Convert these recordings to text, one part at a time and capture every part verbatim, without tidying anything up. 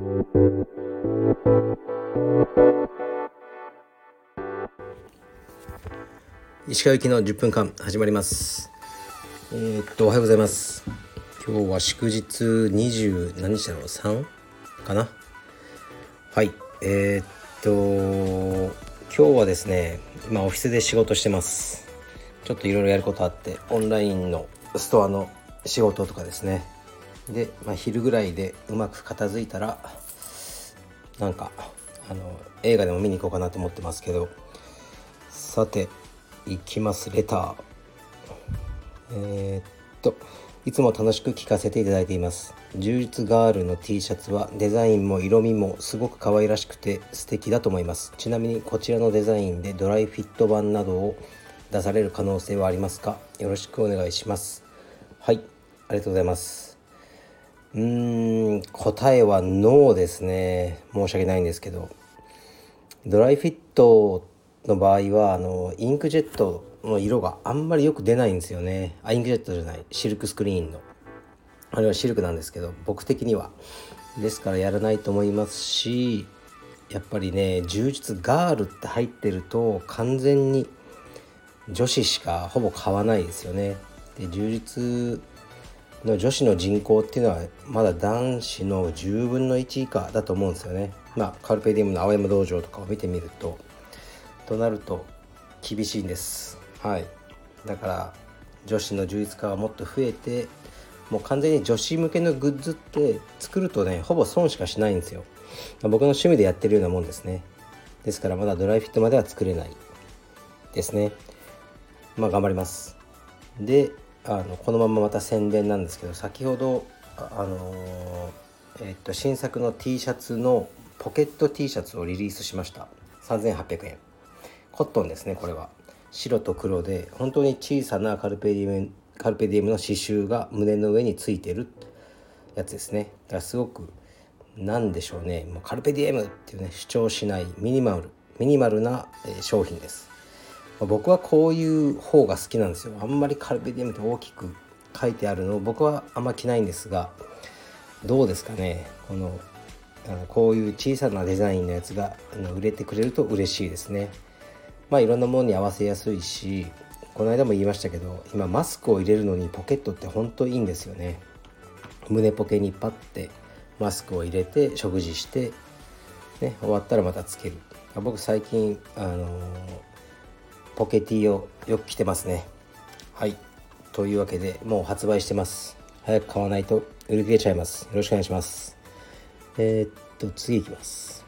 石川行きのじゅっぷんかん始まります。えー、っとおはようございます。今日は祝日にじゅう何日だろうさんかな。はいえー、っと今日はですね今オフィスで仕事してます。ちょっといろいろやることあってオンラインのストアの仕事とかですねで、まあ、昼ぐらいでうまく片付いたらなんかあの映画でも見に行こうかなと思ってますけど、さていきますレター。えー、っといつも楽しく聞かせていただいています。充実ガールの T シャツはデザインも色味もすごく可愛らしくて素敵だと思います。ちなみにこちらのデザインでドライフィット版などを出される可能性はありますか？よろしくお願いします。はい、ありがとうございます。うーん答えはノーですね。申し訳ないんですけど、ドライフィットの場合はあのインクジェットの色があんまりよく出ないんですよね。あインクジェットじゃないシルクスクリーンのあれはシルクなんですけど、僕的にはですからやらないと思いますし、やっぱりね充実ガールって入ってると完全に女子しかほぼ買わないですよね。で充実の女子の人口っていうのはまだ男子のじゅうぶんのいち以下だと思うんですよね。まあカルペディウムの青山道場とかを見てみるととなると厳しいんです。はい、だから女子の充実化はもっと増えて、もう完全に女子向けのグッズって作るとねほぼ損しかしないんですよ。僕の趣味でやってるようなもんですね。ですからまだドライフィットまでは作れないですね。まあ頑張ります。であのこのまままた宣伝なんですけど、先ほどあ、あのーえっと新作の T シャツのポケット T シャツをリリースしました。さんぜんはっぴゃくえんコットンですね。これは白と黒で本当に小さなカルペディウムカルペディウムの刺繍が胸の上についてるやつですね。だからすごくなんでしょうね、もうカルペディウムっていうね主張しないミニマルミニマルな商品です。僕はこういう方が好きなんですよ。あんまりカルペディウムって大きく書いてあるのを僕はあんま着ないんですが、どうですかね。このこういう小さなデザインのやつが売れてくれると嬉しいですね。まあいろんなものに合わせやすいし、この間も言いましたけど今マスクを入れるのにポケットって本当いいんですよね。胸ポケにパッてマスクを入れて食事して、ね、終わったらまたつける。僕最近あのー、ポケティをよく着てますね。はいというわけでもう発売してます。早く買わないと売り切れちゃいます。よろしくお願いします。えー、っと次いきます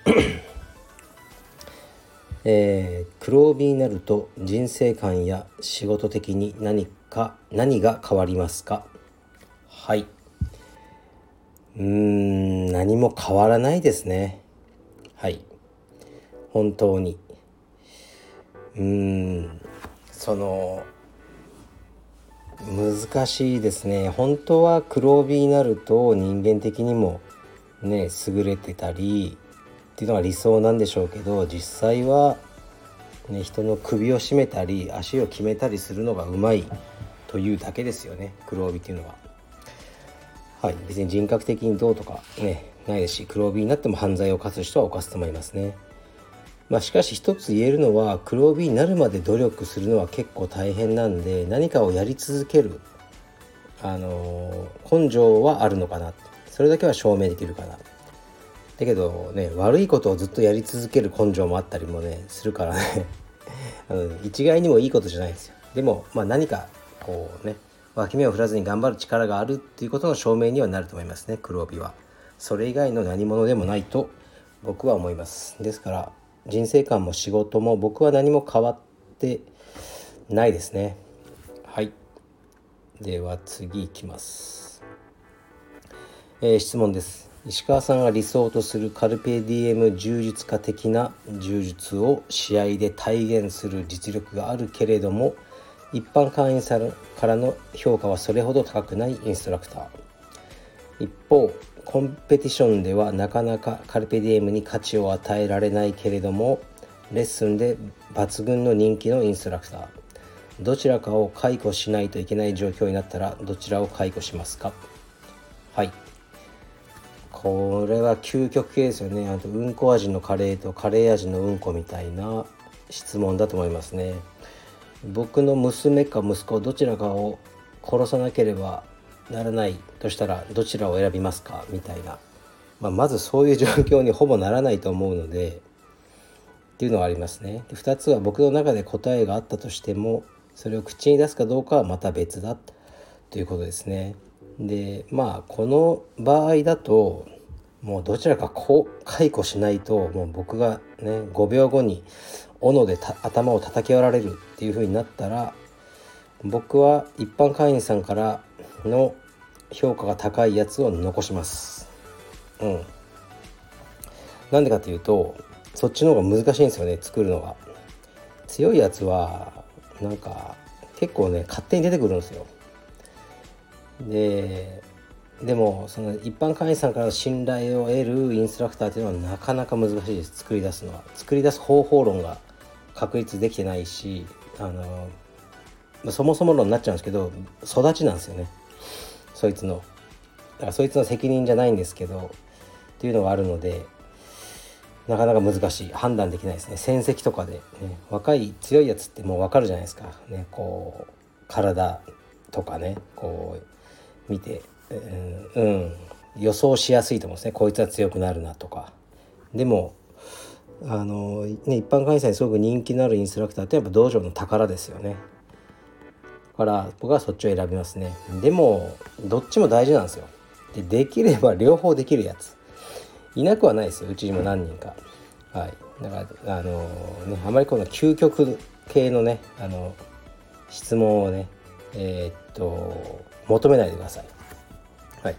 えー、黒帯になると人生観や仕事的に何か何が変わりますか？はい、うーん何も変わらないですね。はい本当にうーんその難しいですね。本当は黒帯になると人間的にもね優れてたりっていうのが理想なんでしょうけど、実際はね、人の首を絞めたり足を決めたりするのがうまいというだけですよね、黒帯っていうのは。はい、別に人格的にどうとかねないですし、黒帯になっても犯罪を犯す人は犯すと思いますね。まあしかし一つ言えるのは、黒帯になるまで努力するのは結構大変なんで、何かをやり続けるあのー、根性はあるのかな、それだけは証明できるかな。だけどね、悪いことをずっとやり続ける根性もあったりもねするからねあの一概にもいいことじゃないですよ。でもまあ何かこうね脇目を振らずに頑張る力があるっていうことの証明にはなると思いますね、黒帯は。それ以外の何者でもないと僕は思います。ですから人生観も仕事も僕は何も変わってないですね。はい、では次いきます。えー、質問です。石川さんが理想とするカルペディエム充実家的な充実を試合で体現する実力があるけれども、一般会員さんからの評価はそれほど高くないインストラクター。一方コンペティションではなかなかカルペディエムに価値を与えられないけれども、レッスンで抜群の人気のインストラクター。どちらかを解雇しないといけない状況になったらどちらを解雇しますか？はい、 これは究極系ですよね。あとうんこ味のカレーとカレー味のうんこみたいな質問だと思いますね。僕の娘か息子どちらかを殺さなければならないとしたらどちらを選びますかみたいな、まあ、まずそういう状況にほぼならないと思うのでっていうのはありますね。でふたつは僕の中で答えがあったとしてもそれを口に出すかどうかはまた別だということですね。でまあこの場合だともうどちらかこう解雇しないともう僕がねごびょうごに斧で頭を叩き割られるっていう風になったら僕は一般会員さんからの評価が高いやつを残します。うん。なんでかというとそっちの方が難しいんですよね、作るのが。強いやつはなんか結構ね勝手に出てくるんですよ。ででもその一般会員さんからの信頼を得るインストラクターというのはなかなか難しいです。作り出すのは作り出す方法論が確立できてないし、あのそもそも論になっちゃうんですけど育ちなんですよね、そいつの。だからそいつの責任じゃないんですけどっていうのがあるのでなかなか難しい、判断できないですね。戦績とかで、ね、若い強いやつってもう分かるじゃないですか、ね、こう体とかねこう見て、うん、うん、予想しやすいと思うんですね。こいつは強くなるなとか。でもあの、ね、一般会員さんにすごく人気のあるインストラクターってやっぱ道場の宝ですよね。だから僕はそっちを選びますね。でもどっちも大事なんですよ。で、できれば両方できるやついなくはないですよ、うちにも何人か。はい、だからあのねあまりこの究極系のねあの質問をねえー、っと求めないでください。はい。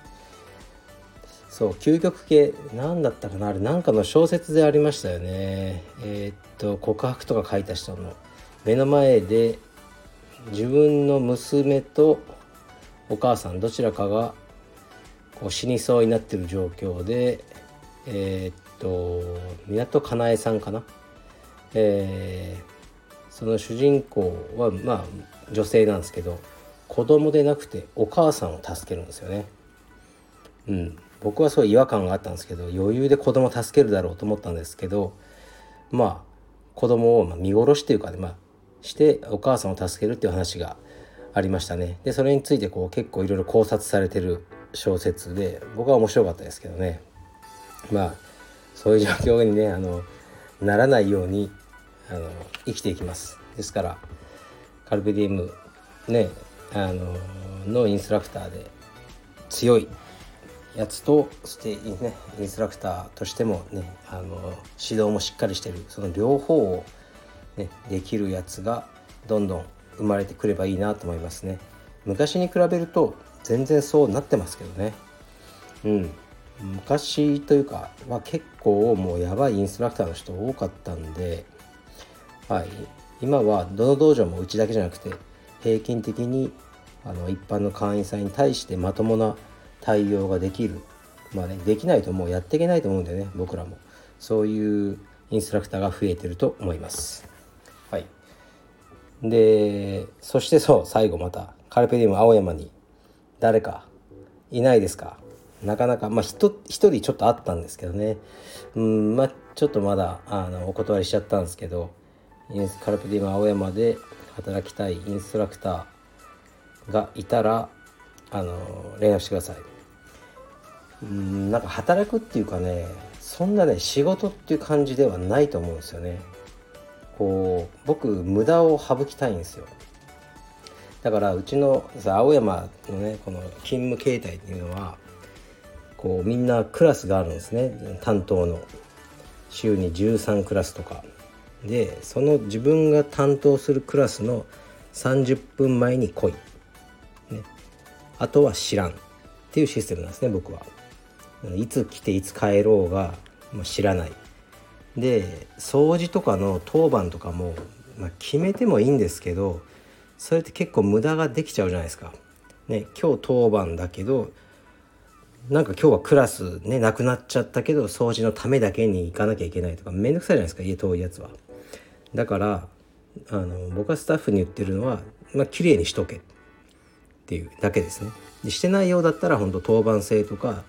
そう究極系なんだったかな、あれなんかの小説でありましたよね。えー、っと告白とか書いた人の目の前で自分の娘とお母さんどちらかがこう死にそうになってる状況で、えー、っと港かなえさんかな、えー、その主人公はまあ女性なんですけど子供でなくてお母さんを助けるんですよね。うん、僕はそういう違和感があったんですけど余裕で子供を助けるだろうと思ったんですけど、まあ子供を見殺しっていうかね、まあ、してお母さんを助けるっていう話がありましたね。でそれについてこう結構いろいろ考察されてる小説で僕は面白かったですけどね。まあそういう状況にねあのならないようにあの生きていきます。ですからカルペディウムねあののインストラクターで強いやつとして、ね、インストラクターとしてもねあの指導もしっかりしてるその両方を、ね、できるやつがどんどん生まれてくればいいなと思いますね。昔に比べると全然そうなってますけどね。うん昔というかは結構もうやばいインストラクターの人多かったんで、はい、今はどの道場もうちだけじゃなくて平均的にあの一般の会員さんに対してまともな対応ができる、まあねできないともうやっていけないと思うんでね、僕らもそういうインストラクターが増えてると思います。はい。でそしてそう最後またカルペディウム青山に誰かいないですか？なかなかまあ一人ちょっとあったんですけどね、うんまあちょっとまだあのお断りしちゃったんですけど、カルペディウム青山で働きたいインストラクターがいたらあの連絡してください。うんなんか働くっていうかねそんなね仕事っていう感じではないと思うんですよね。こう僕無駄を省きたいんですよ。だからうちの青山のねこの勤務形態っていうのはこうみんなクラスがあるんですね。担当の週にじゅうさんクラスとかでその自分が担当するクラスのさんじゅっぷんまえに来い、ね、あとは知らんっていうシステムなんですね。僕はいつ来ていつ帰ろうがもう知らない。で掃除とかの当番とかも、まあ、決めてもいいんですけどそれって結構無駄ができちゃうじゃないですか、ね、今日当番だけどなんか今日はクラスねなくなっちゃったけど掃除のためだけに行かなきゃいけないとかめんどくさいじゃないですか、家遠いやつは。だからあの僕はスタッフに言ってるのはまあ綺麗にしとけっていうだけですね。でしてないようだったら本当当番制とか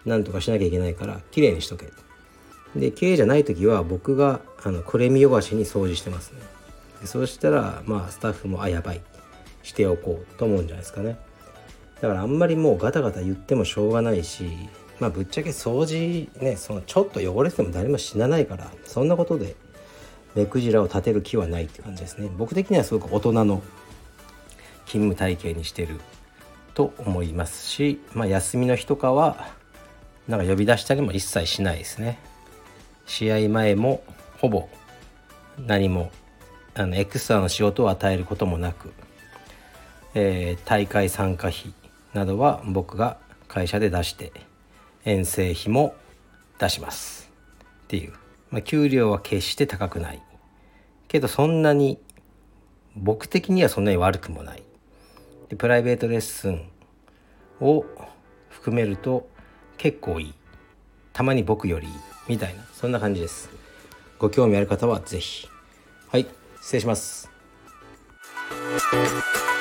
なんとかしなきゃいけないからきれいにしとけ。で綺麗じゃない時は僕があのこれ見よがしに掃除してますね。でそうしたらまあスタッフもあやばいしておこうと思うんじゃないですかね。だからあんまりもうガタガタ言ってもしょうがないし、まあぶっちゃけ掃除ね、そのちょっと汚れても誰も死なないから、そんなことで目くじらを立てる気はないって感じですね。僕的にはすごく大人の勤務体系にしてると思いますし、まあ休みの日とかはなんか呼び出したりも一切しないですね。試合前もほぼ何もあのエクストラの仕事を与えることもなく、えー、大会参加費などは僕が会社で出して遠征費も出しますっていう、まあ、給料は決して高くないけどそんなに僕的にはそんなに悪くもない。でプライベートレッスンを含めると結構いい、たまに僕よりいいみたいな、そんな感じです。ご興味ある方はぜひ。はい、失礼します。